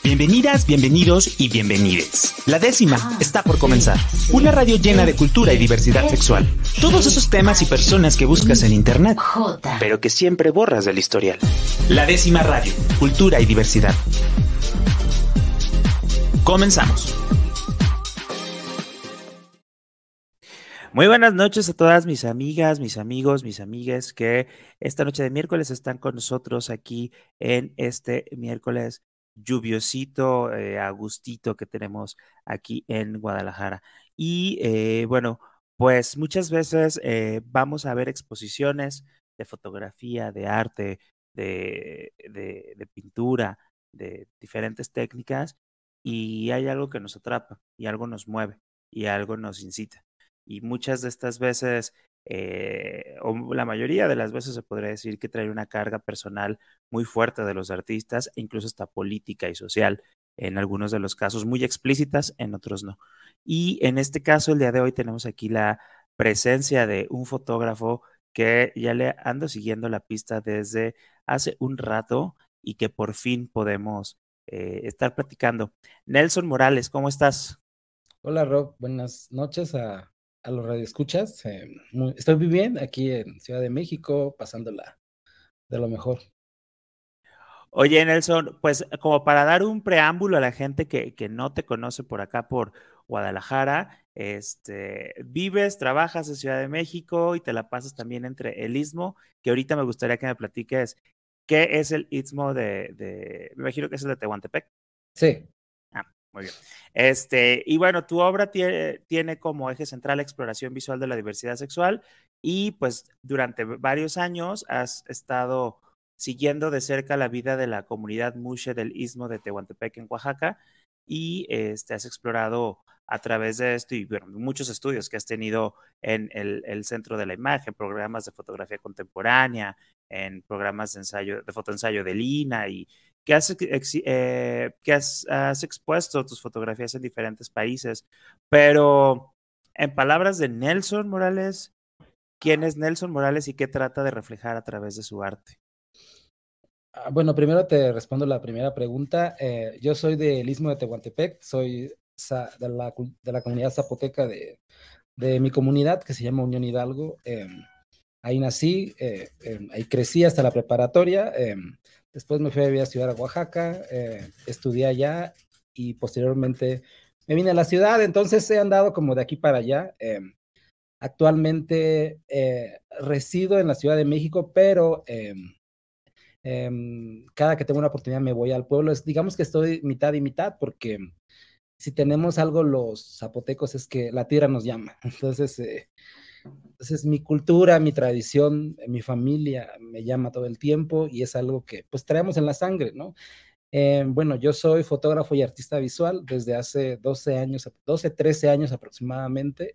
Bienvenidas, bienvenidos y bienvenides. La 10ª está por comenzar. Una radio llena de cultura y diversidad sexual. Todos esos temas y personas que buscas en internet, pero que siempre borras del historial. La 10ª radio, cultura y diversidad. Comenzamos. Muy buenas noches a todas mis amigas, mis amigos, mis amigues que esta noche de miércoles están con nosotros aquí en este miércoles lluviosito, a gustito que tenemos aquí en Guadalajara. Y bueno, pues muchas veces vamos a ver exposiciones de fotografía, de arte, de pintura, de diferentes técnicas, y hay algo que nos atrapa, y algo nos mueve, y algo nos incita. Y muchas de estas veces, o la mayoría de las veces se podría decir que trae una carga personal muy fuerte de los artistas, e incluso hasta política y social, en algunos de los casos muy explícitas, en otros no. Y en este caso, el día de hoy tenemos aquí la presencia de un fotógrafo que ya le ando siguiendo la pista desde hace un rato y que por fin podemos estar platicando. Nelson Morales, ¿cómo estás? Hola Rob, buenas noches a los radioescuchas. Estoy muy bien aquí en Ciudad de México, pasándola de lo mejor. Oye, Nelson, pues como para dar un preámbulo a la gente que no te conoce por acá, por Guadalajara, vives, trabajas en Ciudad de México y te la pasas también entre el Istmo, que ahorita me gustaría que me platiques qué es el Istmo me imagino que es el de Tehuantepec. Sí. Ah, muy bien. Y bueno, tu obra tiene como eje central la exploración visual de la diversidad sexual y pues durante varios años has estado siguiendo de cerca la vida de la comunidad Muxe del Istmo de Tehuantepec en Oaxaca y has explorado a través de esto y bueno, muchos estudios que has tenido en el Centro de la Imagen, programas de fotografía contemporánea, en programas de ensayo, de fotoensayo de Lina y has expuesto tus fotografías en diferentes países, pero en palabras de Nelson Morales, ¿quién es Nelson Morales y qué trata de reflejar a través de su arte? Bueno, primero te respondo la primera pregunta. Yo soy del Istmo de Tehuantepec, soy de la comunidad zapoteca de mi comunidad, que se llama Unión Hidalgo. Ahí nací, ahí crecí hasta la preparatoria. Después me fui a vivir a Ciudad de Oaxaca, estudié allá y posteriormente me vine a la ciudad. Entonces he andado como de aquí para allá. Actualmente resido en la Ciudad de México, pero cada que tengo una oportunidad me voy al pueblo. Digamos que estoy mitad y mitad, porque si tenemos algo los zapotecos es que la tierra nos llama. Entonces mi cultura, mi tradición, mi familia me llama todo el tiempo y es algo que pues traemos en la sangre, ¿no? Bueno, yo soy fotógrafo y artista visual desde hace 12 años, 12, 13 años aproximadamente.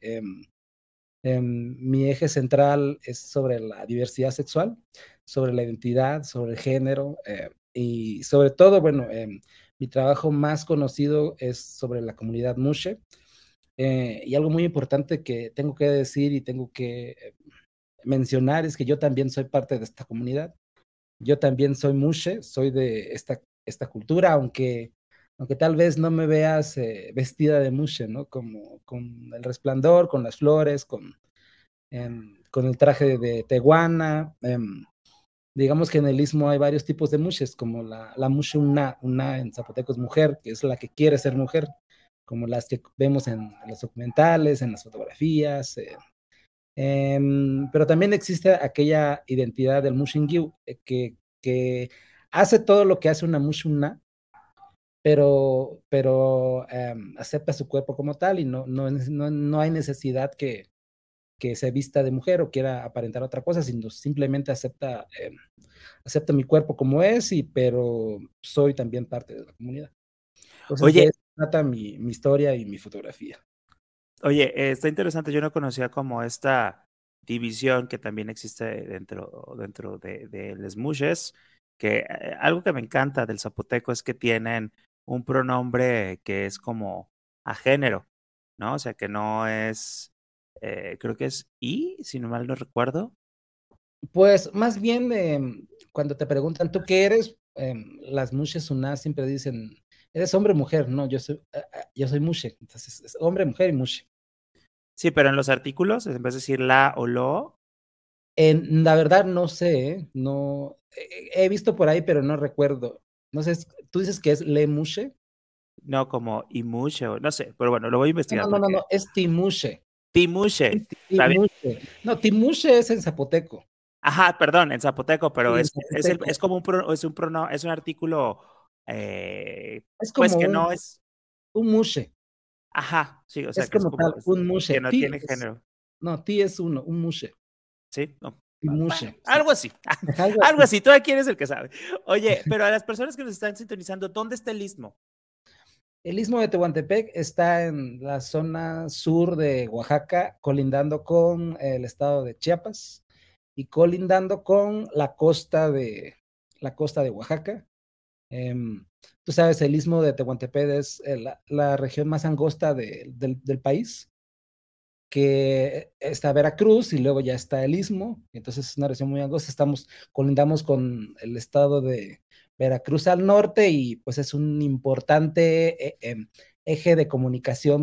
Mi eje central es sobre la diversidad sexual, sobre la identidad, sobre el género, y sobre todo, bueno, mi trabajo más conocido es sobre la comunidad Muxe. Y algo muy importante que tengo que decir y tengo que mencionar es que yo también soy parte de esta comunidad. Yo también soy Muxe, soy de esta cultura, aunque tal vez no me veas vestida de Muxe, ¿no? Como con el resplandor, con las flores, con el traje de tehuana. Digamos que en el Istmo hay varios tipos de Muxes, como la Muxe una en zapoteco es mujer, que es la que quiere ser mujer, como las que vemos en los documentales, en las fotografías. Pero también existe aquella identidad del Mushingiu que hace todo lo que hace una Mushuna, pero acepta su cuerpo como tal y no hay necesidad que se vista de mujer o quiera aparentar otra cosa, sino simplemente acepta mi cuerpo como es, pero soy también parte de la comunidad. Entonces de Oye, eso trata mi historia y mi fotografía. oye, está interesante, yo no conocía como esta división que también existe dentro de les Muxes, que algo que me encanta del zapoteco es que tienen un pronombre que es como a género, ¿no? O sea, que no es, creo que es I, si no mal no recuerdo. Pues más bien cuando te preguntan tú qué eres, las Muxes Uná siempre dicen ¿Eres hombre o mujer? No, yo soy mushe. Entonces, es hombre, mujer y mushe. Sí, pero en los artículos, en vez de decir la o lo, La verdad no sé, ¿eh? No, he visto por ahí, pero no recuerdo. No sé, tú dices que es le mushe. no como imushe o no sé, pero bueno, lo voy a No, investigar no, no, no, porque no, es timushe. timushe, está bien. Timushe. No, timushe es en zapoteco. Ajá, perdón, en zapoteco, pero Sí, en es zapoteco. como es un artículo, Es pues como que no es, un mushe. ajá, sí, o sea, Es que es como como, tal, un mushe. que no Ti tiene es, género, no, ti es uno, un mushe. ¿sí? No. Bueno, Timushe, sí. algo así, Algo algo así. así, tú aquí eres el que sabe. Oye, pero a las personas que nos están sintonizando, ¿dónde está el istmo? El istmo de Tehuantepec está en la zona sur de Oaxaca, colindando con el estado de Chiapas y colindando con la costa de Oaxaca. Tú sabes, el istmo de Tehuantepec es la región más angosta del país, que está Veracruz y luego ya está el istmo, entonces es una región muy angosta. Colindamos con el estado de Veracruz al norte y pues es un importante eje de comunicación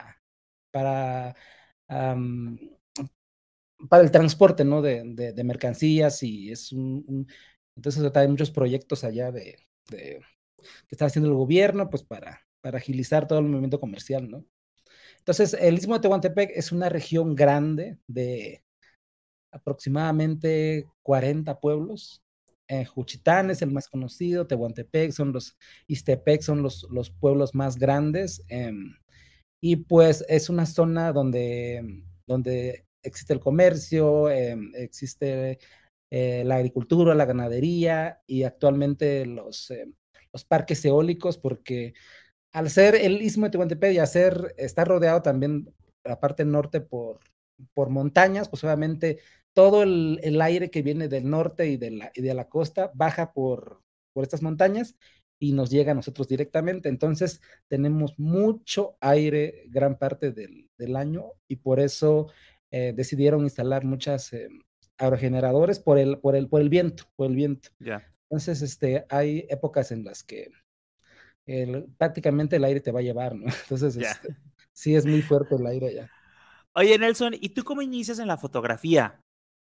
para, um, para el transporte, ¿no? De mercancías y entonces hay muchos proyectos allá de que está haciendo el gobierno, pues para agilizar todo el movimiento comercial, ¿no? Entonces, el Istmo de Tehuantepec es una región grande de aproximadamente 40 pueblos. Juchitán es el más conocido, Tehuantepec Ixtepec son los pueblos más grandes. Y pues es una zona donde existe el comercio, existe la agricultura, la ganadería y actualmente los parques eólicos, porque al ser el istmo de Tehuantepec y estar rodeado también la parte norte por montañas, pues obviamente todo el aire que viene del norte y de la costa baja por estas montañas y nos llega a nosotros directamente. Entonces tenemos mucho aire gran parte del año y por eso decidieron instalar muchas aerogeneradores por el viento, por el viento. Ya, Entonces, hay épocas en las que prácticamente el aire te va a llevar, ¿no? Entonces, ya. sí es muy fuerte el aire allá. Oye, Nelson, ¿y tú cómo inicias en la fotografía?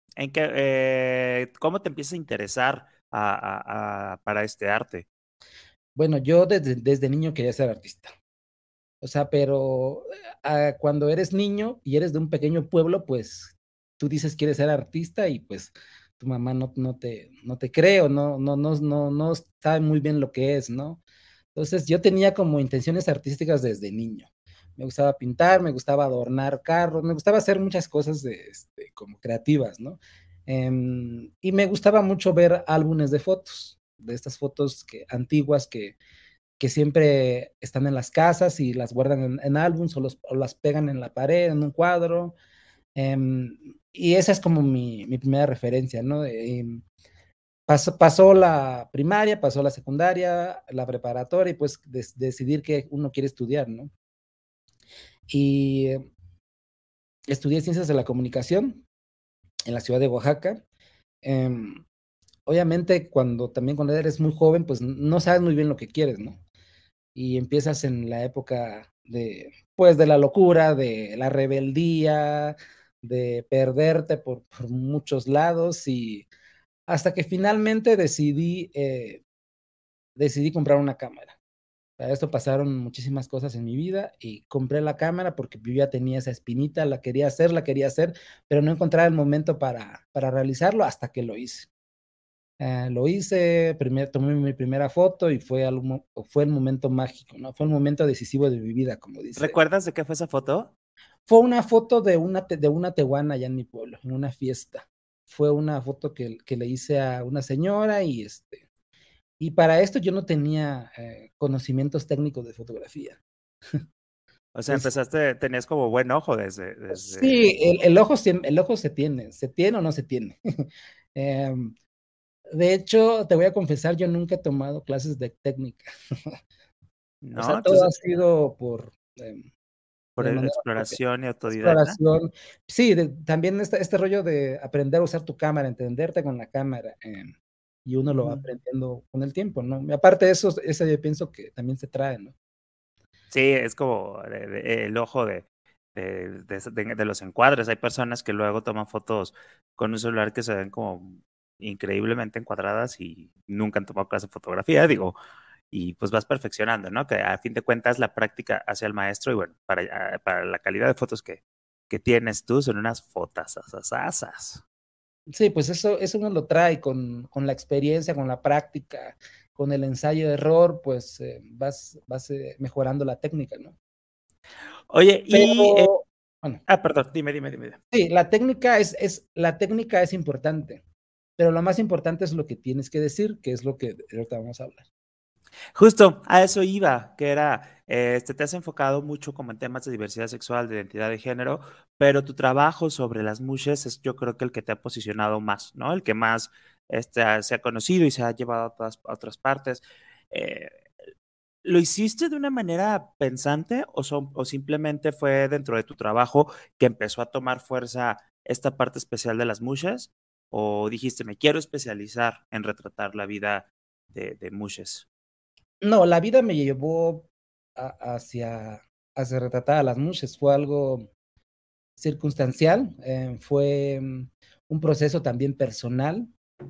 ¿Cómo te empiezas a interesar para este arte? Bueno, yo desde niño quería ser artista. O sea, pero cuando eres niño y eres de un pequeño pueblo, pues tú dices quieres ser artista y pues tu mamá no te cree o no sabe muy bien lo que es, ¿no? Entonces yo tenía como intenciones artísticas desde niño. Me gustaba pintar, me gustaba adornar carros, me gustaba hacer muchas cosas como creativas, ¿no? Y me gustaba mucho ver álbumes de fotos, de estas fotos antiguas que siempre están en las casas y las guardan en álbums o las pegan en la pared, en un cuadro. Y esa es como mi primera referencia, ¿no? Pasó la primaria, pasó la secundaria, la preparatoria y pues decidir qué uno quiere estudiar, ¿no? Y estudié ciencias de la comunicación en la ciudad de Oaxaca. Em, Obviamente también cuando eres muy joven, pues no sabes muy bien lo que quieres, ¿no? Y empiezas en la época pues, de la locura, de la rebeldía, de perderte por muchos lados y hasta que finalmente decidí comprar una cámara. Para esto pasaron muchísimas cosas en mi vida y compré la cámara porque yo ya tenía esa espinita, la quería hacer, pero no encontraba el momento para realizarlo hasta que lo hice. Lo hice, tomé mi primera foto y fue el momento mágico, ¿no? Fue el momento decisivo de mi vida, como dice. ¿Recuerdas de qué fue esa foto? Fue una foto de una tehuana allá en mi pueblo, en una fiesta. Fue una foto que le hice a una señora y para esto yo no tenía conocimientos técnicos de fotografía. O sea, Entonces, tenías como buen ojo sí, el ojo se tiene o no se tiene. Em, de hecho, te voy a confesar, yo nunca he tomado clases de técnica. O sea, ¿no? todo Entonces, ha sido de manera propia. exploración y autodidacta. Exploración. Sí, también este rollo de aprender a usar tu cámara, entenderte con la cámara. y uno lo va Ujú. aprendiendo con el tiempo, ¿no? Y aparte de eso, ese yo pienso que también se trae, ¿no? Sí, es como el ojo de los encuadres. Hay personas que luego toman fotos con un celular que se ven como increíblemente encuadradas y nunca han tomado clase de fotografía, digo, y pues vas perfeccionando, ¿no? Que a fin de cuentas la práctica hacia el maestro y bueno, para la calidad de fotos que tienes tú son unas fotos asasas. Sí, pues eso uno lo trae con la experiencia, con la práctica, con el ensayo-error, pues, vas mejorando la técnica, ¿no? Oye, Pero, bueno, perdón, dime. sí, la técnica es importante, pero lo más importante es lo que tienes que decir, que es lo que ahorita vamos a hablar. Justo a eso iba, que era, te has enfocado mucho como en temas de diversidad sexual, de identidad de género, pero tu trabajo sobre las mushes es yo creo que el que te ha posicionado más, ¿no? El que más se ha conocido y se ha llevado a otras partes. Eh, ¿Lo hiciste de una manera pensante o simplemente fue dentro de tu trabajo que empezó a tomar fuerza esta parte especial de las mushes? ¿O dijiste, me quiero especializar en retratar la vida de mushes? No, la vida me llevó hacia retratar a las mujeres, fue algo circunstancial, fue, un proceso también personal.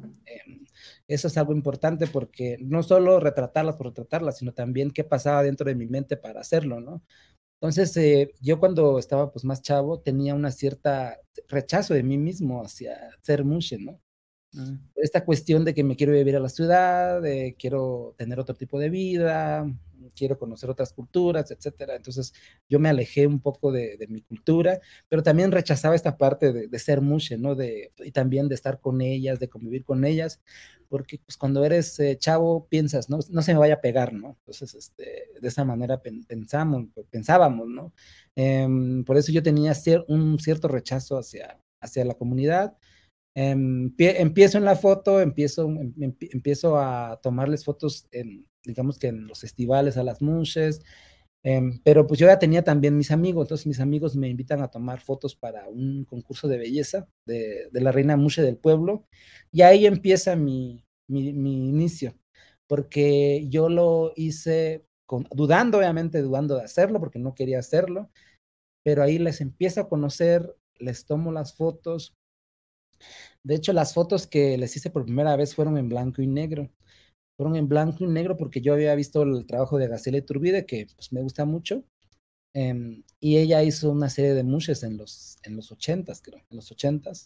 Eso es algo importante porque no solo retratarlas por retratarlas, sino también qué pasaba dentro de mi mente para hacerlo, ¿no? Entonces, yo cuando estaba, pues, más chavo, tenía una cierta rechazo de mí mismo hacia ser mushe, ¿no? Mm. Esta cuestión de que me quiero vivir a la ciudad, quiero tener otro tipo de vida, quiero conocer otras culturas, etcétera. Entonces, yo me alejé un poco de mi cultura, pero también rechazaba esta parte de ser mushe, ¿no? Y también de estar con ellas, de convivir con ellas, porque, pues, cuando eres, chavo piensas, ¿no? No se me vaya a pegar, ¿no? Entonces, de esa manera pensábamos, ¿no? Por eso yo tenía un cierto rechazo hacia la comunidad. Empiezo en la foto, empiezo a tomarles fotos digamos que en los festivales a las mushes, pero pues yo ya tenía también mis amigos, entonces mis amigos me invitan a tomar fotos para un concurso de belleza de la reina mushe del pueblo, y ahí empieza mi inicio, porque yo lo hice dudando, obviamente dudando de hacerlo, porque no quería hacerlo, pero ahí les empiezo a conocer, les tomo las fotos. De hecho, las fotos que les hice por primera vez fueron en blanco y negro. Fueron en blanco y negro porque yo había visto el trabajo de Graciela Iturbide, que pues me gusta mucho, y ella hizo una serie de mushes en los 80s, creo, en los 80s.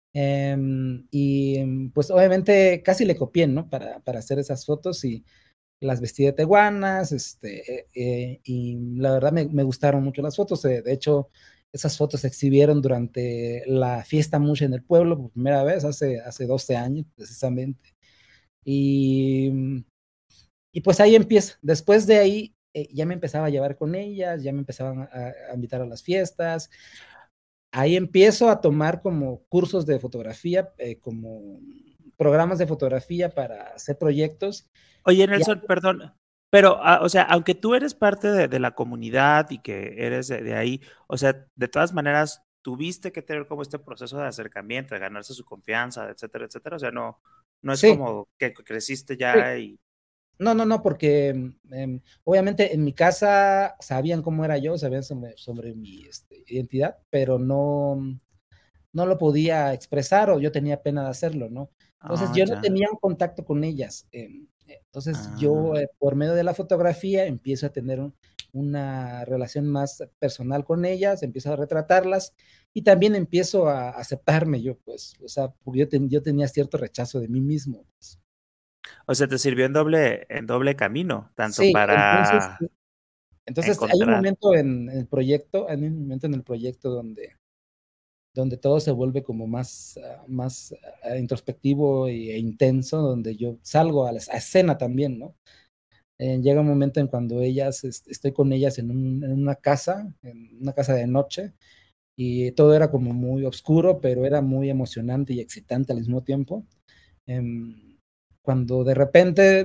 Pues obviamente casi le copié, ¿no? Para hacer esas fotos y las vestí de teguanas, y la verdad me gustaron mucho las fotos. De hecho, esas fotos se exhibieron durante la fiesta Mush en el pueblo por primera vez, hace 12 años, precisamente. Y, y pues ahí empieza. Después de ahí, ya me empezaba a llevar con ellas, ya me empezaban a invitar a las fiestas. Ahí empiezo a tomar como cursos de fotografía, como programas de fotografía para hacer proyectos. Oye, Y Nelson, perdón, pero, o sea, aunque tú eres parte de la comunidad y que eres de ahí, o sea, de todas maneras, tuviste que tener como este proceso de acercamiento, de ganarse su confianza, etcétera, etcétera. O sea, no es sí, como que creciste sí. ya y. No, no, no, porque obviamente en mi casa sabían cómo era yo, sabían sobre mi identidad, pero no lo podía expresar o yo tenía pena de hacerlo, ¿no? Entonces Ah, yo no ya. tenía un contacto con ellas. Entonces yo, Ah. por medio de la fotografía, empiezo a tener una relación más personal con ellas, empiezo a retratarlas y también empiezo a aceptarme yo, pues, o sea, porque yo tenía cierto rechazo de mí mismo, pues. O sea, te sirvió en doble camino, tanto Sí, para entonces hay un encontrar. momento en el proyecto donde todo se vuelve como más introspectivo e intenso, donde yo salgo a escena también, ¿no? Llega un momento en cuando estoy con ellas en una casa de noche, y todo era como muy oscuro, pero era muy emocionante y excitante al mismo tiempo. Em, Cuando de repente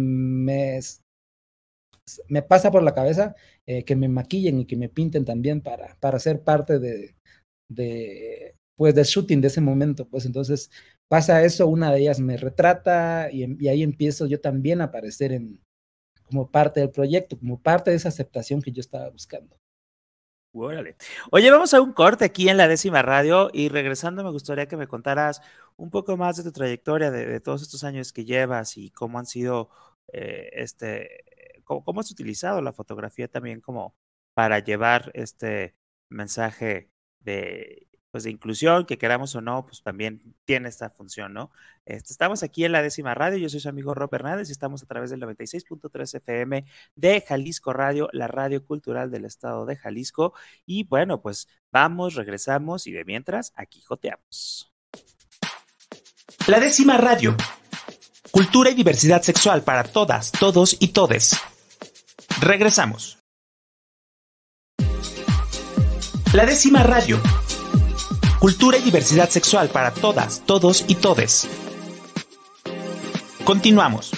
me pasa por la cabeza que me maquillen y que me pinten también para ser parte pues del shooting de ese momento, pues entonces pasa eso, una de ellas me retrata y ahí empiezo yo también a aparecer como parte del proyecto, como parte de esa aceptación que yo estaba buscando. Órale. Oye, vamos a un corte aquí en la Décima Radio y regresando me gustaría que me contaras un poco más de tu trayectoria, de todos estos años que llevas y cómo han sido, cómo has utilizado la fotografía también como para llevar este mensaje de, pues de inclusión, que queramos o no, pues también tiene esta función, ¿no? Estamos aquí en la Décima Radio, yo soy su amigo Rob Hernández y estamos a través del 96.3 FM de Jalisco Radio, la radio cultural del estado de Jalisco. Y bueno, pues vamos, regresamos y de mientras, aquí joteamos. La Décima Radio. Cultura y diversidad sexual para todas, todos y todes. Regresamos. La Décima Radio. Cultura y diversidad sexual para todas, todos y todes. Continuamos.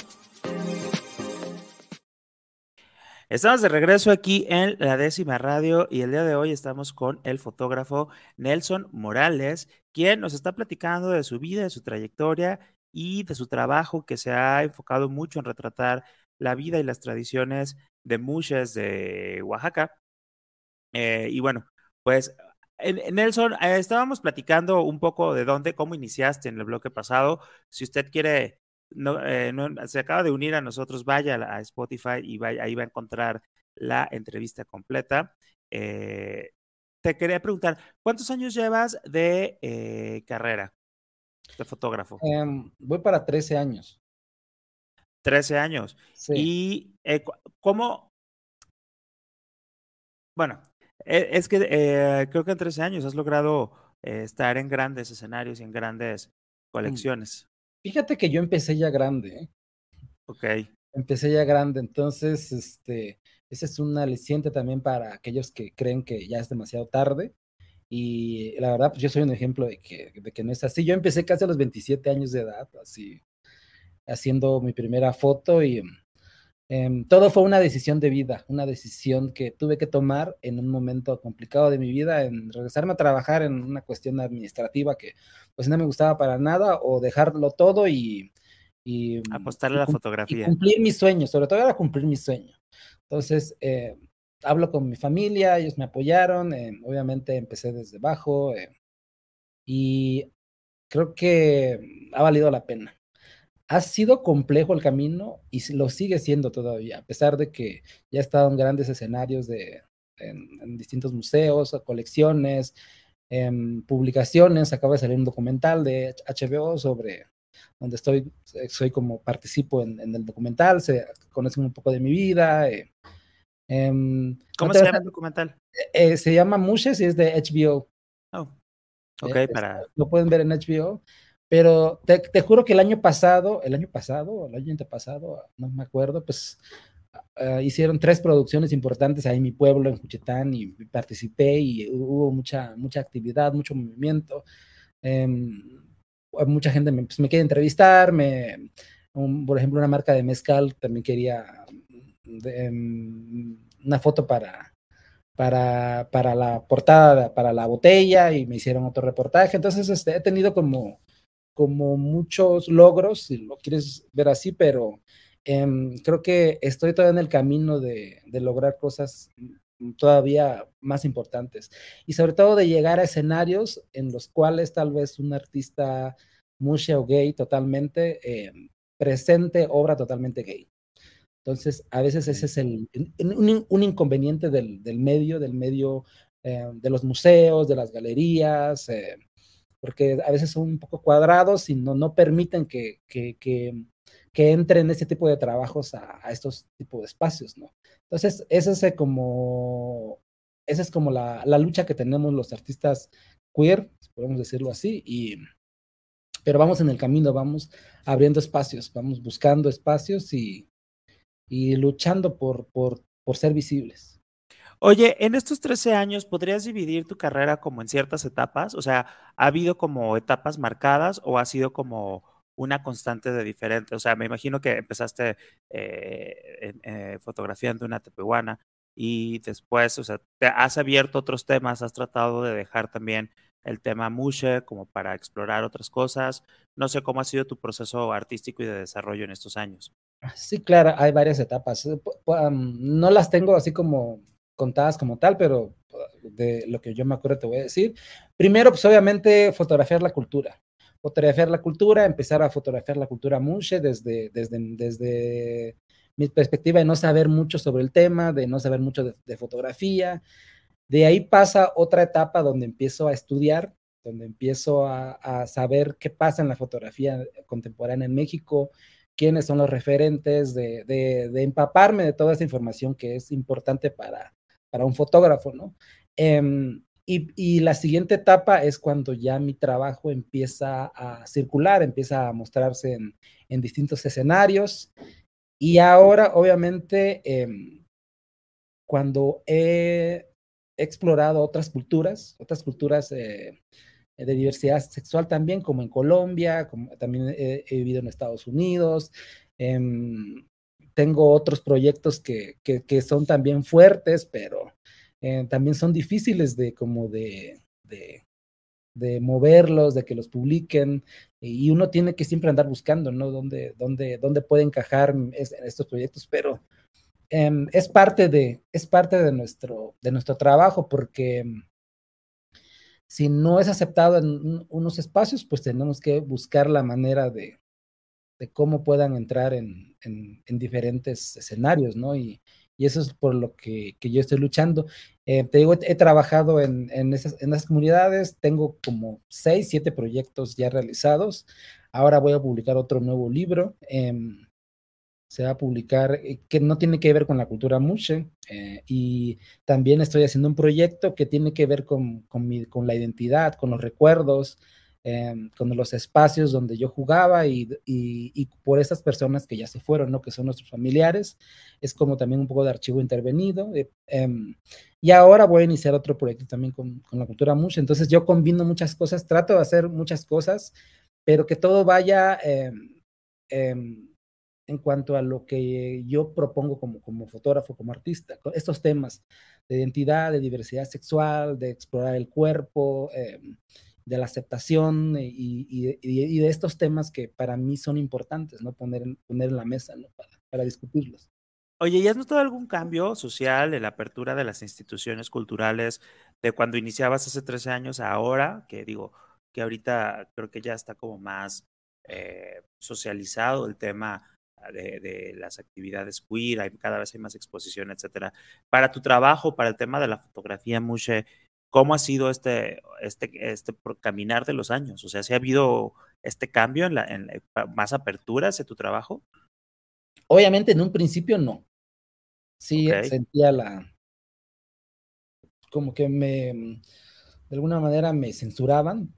Estamos de regreso aquí en la Décima Radio y el día de hoy estamos con el fotógrafo Nelson Morales, quien nos está platicando de su vida, de su trayectoria y de su trabajo que se ha enfocado mucho en retratar la vida y las tradiciones de muxes de Oaxaca. Y bueno, pues Nelson, estábamos platicando un poco de dónde, cómo iniciaste en el bloque pasado. Si usted quiere, se acaba de unir a nosotros, vaya a Spotify y vaya, ahí va a encontrar la entrevista completa. Te quería preguntar, ¿cuántos años llevas de carrera de fotógrafo? Voy para 13 años. 13 años. Sí. ¿Y cómo? Bueno, es que creo que en 13 años has logrado estar en grandes escenarios y en grandes colecciones. Fíjate que yo empecé ya grande, ¿eh? Ok. Empecé ya grande, entonces, ese es un aliciente también para aquellos que creen que ya es demasiado tarde. Y la verdad, pues yo soy un ejemplo de que no es así. Yo empecé casi a los 27 años de edad, así, haciendo mi primera foto y todo fue una decisión de vida, una decisión que tuve que tomar en un momento complicado de mi vida, en regresarme a trabajar en una cuestión administrativa que pues no me gustaba para nada o dejarlo todo Apostarle a la y fotografía. cumplir mi sueño, sobre todo era cumplir mi sueño. Entonces, hablo con mi familia, ellos me apoyaron, obviamente empecé desde abajo y creo que ha valido la pena. Ha sido complejo el camino y lo sigue siendo todavía, a pesar de que ya he estado en grandes escenarios en distintos museos, colecciones, publicaciones. Acaba de salir un documental de HBO sobre donde soy como participo en el documental, se conocen un poco de mi vida. ¿Cómo se llama el documental? Se llama Mushes y es de HBO. Oh, ok, Lo pueden ver en HBO, pero te juro que el año pasado, o el año antepasado, no me acuerdo, pues hicieron 3 producciones importantes ahí en mi pueblo, en Juchitán, y participé y hubo mucha actividad, mucho movimiento. Mucha gente pues, me quiere entrevistar, por ejemplo, una marca de mezcal también quería una foto para la portada, para la botella, y me hicieron otro reportaje. Entonces, he tenido como muchos logros, si lo quieres ver así, pero creo que estoy todavía en el camino de lograr cosas todavía más importantes y sobre todo de llegar a escenarios en los cuales tal vez un artista mushe o gay totalmente presente obra totalmente gay. Entonces, a veces ese es un inconveniente del medio, de los museos, de las galerías, porque a veces son un poco cuadrados y no permiten que entren ese tipo de trabajos a estos tipos de espacios, ¿no? Entonces, esa es como la lucha que tenemos los artistas queer, podemos decirlo así, pero vamos en el camino, vamos abriendo espacios, vamos buscando espacios y luchando por ser visibles. Oye, en estos 13 años, ¿podrías dividir tu carrera como en ciertas etapas? O sea, ¿ha habido como etapas marcadas o ha sido como una constante de diferente? O sea, me imagino que empezaste fotografiando una tepehuana y después, o sea, te has abierto otros temas, has tratado de dejar también el tema Mushe como para explorar otras cosas. No sé cómo ha sido tu proceso artístico y de desarrollo en estos años. Sí, claro, hay varias etapas. No las tengo así como contadas como tal, pero de lo que yo me acuerdo te voy a decir. Primero, pues obviamente fotografiar la cultura. Fotografiar la cultura, empezar a fotografiar la cultura Munche desde mi perspectiva de no saber mucho sobre el tema, de no saber mucho de fotografía. De ahí pasa otra etapa donde empiezo a estudiar, donde empiezo a saber qué pasa en la fotografía contemporánea en México, quiénes son los referentes, de empaparme de toda esa información que es importante para un fotógrafo, ¿no? Y la siguiente etapa es cuando ya mi trabajo empieza a circular, empieza a mostrarse en distintos escenarios. Y ahora, obviamente, cuando he explorado otras culturas de diversidad sexual también, como en Colombia, como también he vivido en Estados Unidos. Eh, Tengo otros proyectos que son también fuertes, pero también son difíciles de moverlos, de que los publiquen, y uno tiene que siempre andar buscando, ¿no? Dónde puede encajar estos proyectos, pero es parte de nuestro trabajo, porque si no es aceptado en unos espacios, pues tenemos que buscar la manera de cómo puedan entrar en diferentes escenarios, ¿no? Y eso es por lo que yo estoy luchando. Te digo, he trabajado en esas comunidades, tengo como 6, 7 proyectos ya realizados. Ahora voy a publicar otro nuevo libro. Se va a publicar, que no tiene que ver con la cultura Mushe, y también estoy haciendo un proyecto que tiene que ver con la identidad, con los recuerdos, con los espacios donde yo jugaba y por esas personas que ya se fueron, ¿no? Que son nuestros familiares. Es como también un poco de archivo intervenido. Y ahora voy a iniciar otro proyecto también con la cultura Mushe. Entonces yo combino muchas cosas, trato de hacer muchas cosas, pero que todo vaya en cuanto a lo que yo propongo como fotógrafo, como artista, estos temas de identidad, de diversidad sexual, de explorar el cuerpo, de la aceptación y de estos temas que para mí son importantes, ¿no? Poner en la mesa, ¿no? Para discutirlos. Oye, ¿y has notado algún cambio social en la apertura de las instituciones culturales de cuando iniciabas hace 13 años a ahora? Que digo, que ahorita creo que ya está como más socializado el tema de las actividades queer, cada vez hay más exposición, etcétera. Para tu trabajo, para el tema de la fotografía, Mushe, ¿cómo ha sido este caminar de los años? O sea, ¿sí ha habido este cambio más aperturas en tu trabajo? Obviamente en un principio no. Sí Ok. sentía como que de alguna manera me censuraban,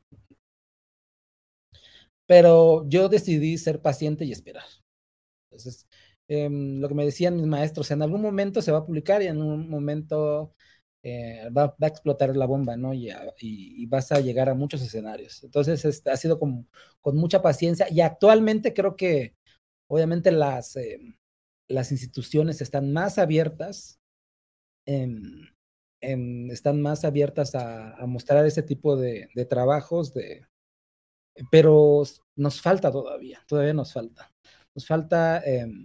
pero yo decidí ser paciente y esperar. Entonces, lo que me decían mis maestros, en algún momento se va a publicar y en un momento va a explotar la bomba, ¿no? Y vas a llegar a muchos escenarios. Entonces, ha sido con mucha paciencia y actualmente creo que obviamente las instituciones están más abiertas, em, están más abiertas a mostrar ese tipo de trabajos, pero nos falta todavía nos falta. Nos falta,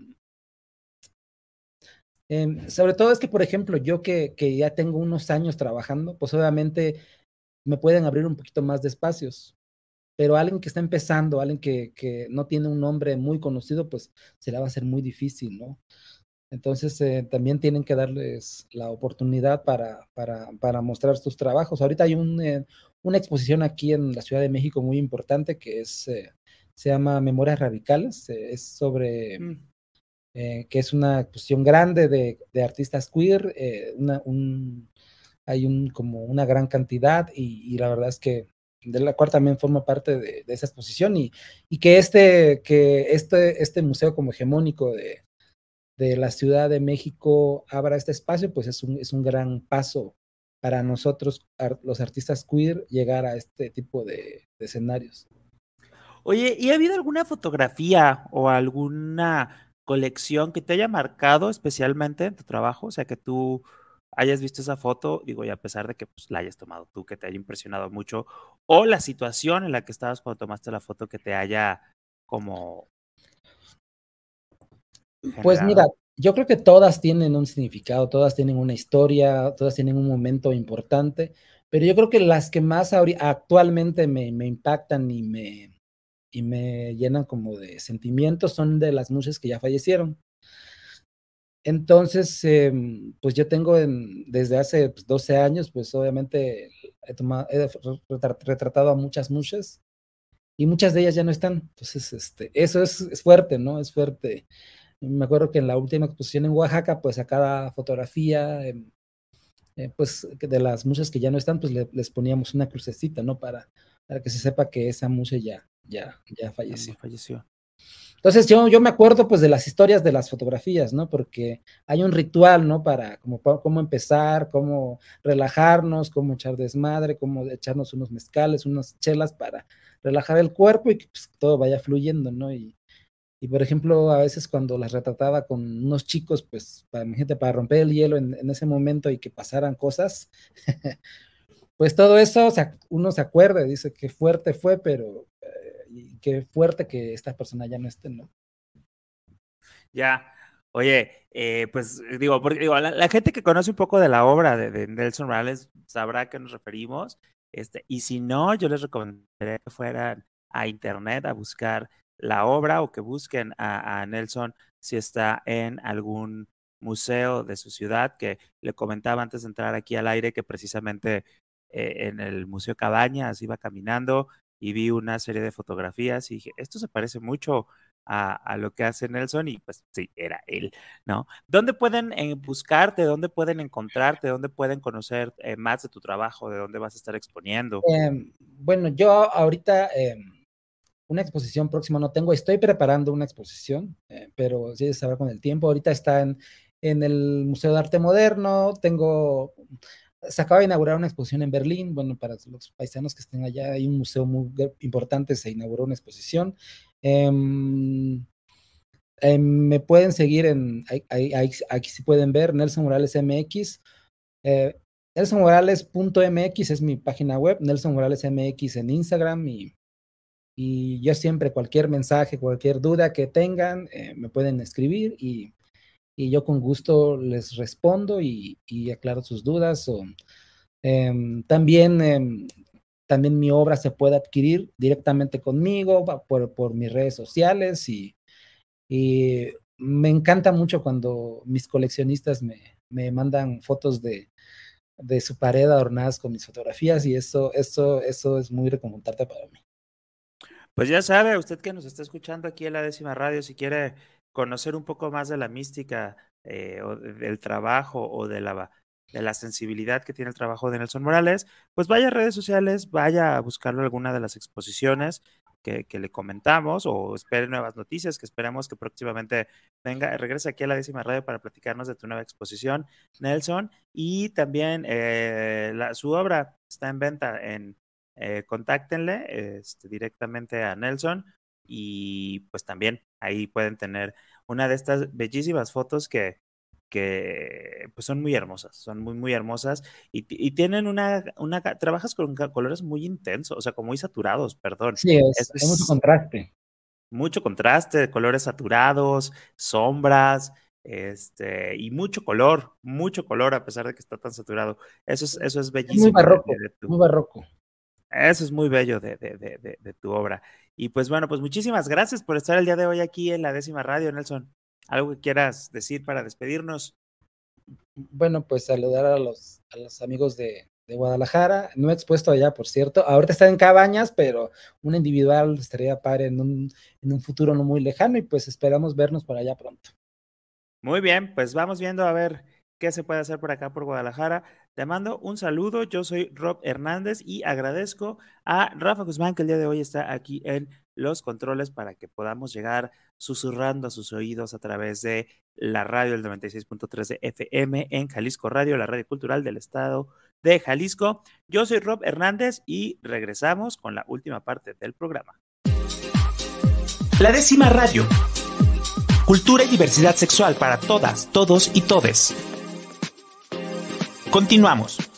sobre todo es que, por ejemplo, yo que ya tengo unos años trabajando, pues obviamente me pueden abrir un poquito más de espacios, pero alguien que está empezando, alguien que no tiene un nombre muy conocido, pues se le va a hacer muy difícil, ¿no? Entonces, también tienen que darles la oportunidad para mostrar sus trabajos. Ahorita hay una exposición aquí en la Ciudad de México muy importante que se llama Memorias Radicales. Es sobre que es una exposición grande de artistas queer, hay como una gran cantidad y la verdad es que de la cual también forma parte de esa exposición y que este museo como hegemónico de la Ciudad de México abra este espacio, pues es un gran paso para nosotros, los artistas queer, llegar a este tipo de escenarios. Oye, ¿y ha habido alguna fotografía o alguna colección que te haya marcado especialmente en tu trabajo? O sea, que tú hayas visto esa foto, digo, y a pesar de que pues, la hayas tomado tú, que te haya impresionado mucho, o la situación en la que estabas cuando tomaste la foto que te haya como Pues mira, generado. yo creo que todas tienen un significado, todas tienen una historia, todas tienen un momento importante, pero yo creo que las que más actualmente me impactan y me llenan como de sentimientos son de las muchas que ya fallecieron. Entonces, pues yo tengo desde hace pues, 12 años, pues obviamente he retratado a muchas muchas y muchas de ellas ya no están. Entonces, eso es fuerte, ¿no? Es fuerte. Me acuerdo que en la última exposición en Oaxaca, pues a cada fotografía, pues de las muchas que ya no están, pues les poníamos una crucecita, ¿no? Para que se sepa que esa mucha ya Ya falleció. falleció. Entonces yo me acuerdo pues de las historias de las fotografías, ¿no? Porque hay un ritual, ¿no? Para cómo empezar, cómo relajarnos, cómo echar desmadre, cómo echarnos unos mezcales, unas chelas para relajar el cuerpo y que pues, todo vaya fluyendo, ¿no? Y por ejemplo, a veces cuando las retrataba con unos chicos, pues imagínate, para romper el hielo en ese momento y que pasaran cosas, pues todo eso uno se acuerda y dice qué fuerte fue, pero y qué fuerte que esta persona ya no esté, ¿no? Ya, oye, pues digo, porque digo, la gente que conoce un poco de la obra de Nelson Morales sabrá a qué nos referimos, y si no, yo les recomendaría que fueran a internet a buscar la obra o que busquen a Nelson si está en algún museo de su ciudad, que le comentaba antes de entrar aquí al aire que precisamente en el Museo Cabañas iba caminando y vi una serie de fotografías y dije, esto se parece mucho a lo que hace Nelson y pues sí, era él, ¿no? ¿Dónde pueden buscarte? ¿Dónde pueden encontrarte? ¿Dónde pueden conocer más de tu trabajo? ¿De dónde vas a estar exponiendo? Bueno, yo ahorita una exposición próxima no tengo, estoy preparando una exposición, pero sí se sabrá con el tiempo. Ahorita está en el Museo de Arte Moderno, se acaba de inaugurar una exposición en Berlín, bueno, para los paisanos que estén allá, hay un museo muy importante, se inauguró una exposición. Me pueden seguir aquí sí pueden ver, Nelson Morales MX, nelsonmorales.mx es mi página web, Nelson Morales MX en Instagram y yo siempre cualquier mensaje, cualquier duda que tengan, me pueden escribir y yo con gusto les respondo y aclaro sus dudas. También, también mi obra se puede adquirir directamente conmigo por mis redes sociales y me encanta mucho cuando mis coleccionistas me mandan fotos de su pared adornadas con mis fotografías y eso es muy reconfortante para mí. Pues ya sabe, usted que nos está escuchando aquí en la Décima Radio, si quiere conocer un poco más de la mística o del trabajo o de la sensibilidad que tiene el trabajo de Nelson Morales, pues vaya a redes sociales, vaya a buscarlo en alguna de las exposiciones que le comentamos o espere nuevas noticias, que esperamos que próximamente regrese aquí a la Décima Radio para platicarnos de tu nueva exposición, Nelson, y también su obra está en venta contáctenle directamente a Nelson y pues también ahí pueden tener una de estas bellísimas fotos que pues son muy hermosas, son muy, muy hermosas y tienen trabajas con colores muy intensos, o sea, como muy saturados, perdón. Sí, Eso hay mucho es contraste. mucho contraste, colores saturados, sombras, y mucho color a pesar de que está tan saturado. Eso es Es muy bellísimo barroco, de tu, muy barroco. eso es muy bello de tu obra. Y pues bueno, pues muchísimas gracias por estar el día de hoy aquí en la Décima Radio, Nelson. ¿Algo que quieras decir para despedirnos? Bueno, pues saludar a los amigos de Guadalajara. No he expuesto allá, por cierto. Ahorita está en Cabañas, pero un individual estaría padre en un futuro no muy lejano y pues esperamos vernos por allá pronto. Muy bien, pues vamos viendo a ver qué se puede hacer por acá por Guadalajara. Te mando un saludo, yo soy Rob Hernández y agradezco a Rafa Guzmán que el día de hoy está aquí en los controles para que podamos llegar susurrando a sus oídos a través de la radio el 96.3 de FM en Jalisco Radio, la radio cultural del estado de Jalisco. Yo soy Rob Hernández y regresamos con la última parte del programa. La Décima Radio. Cultura y diversidad sexual para todas, todos y todes. Continuamos.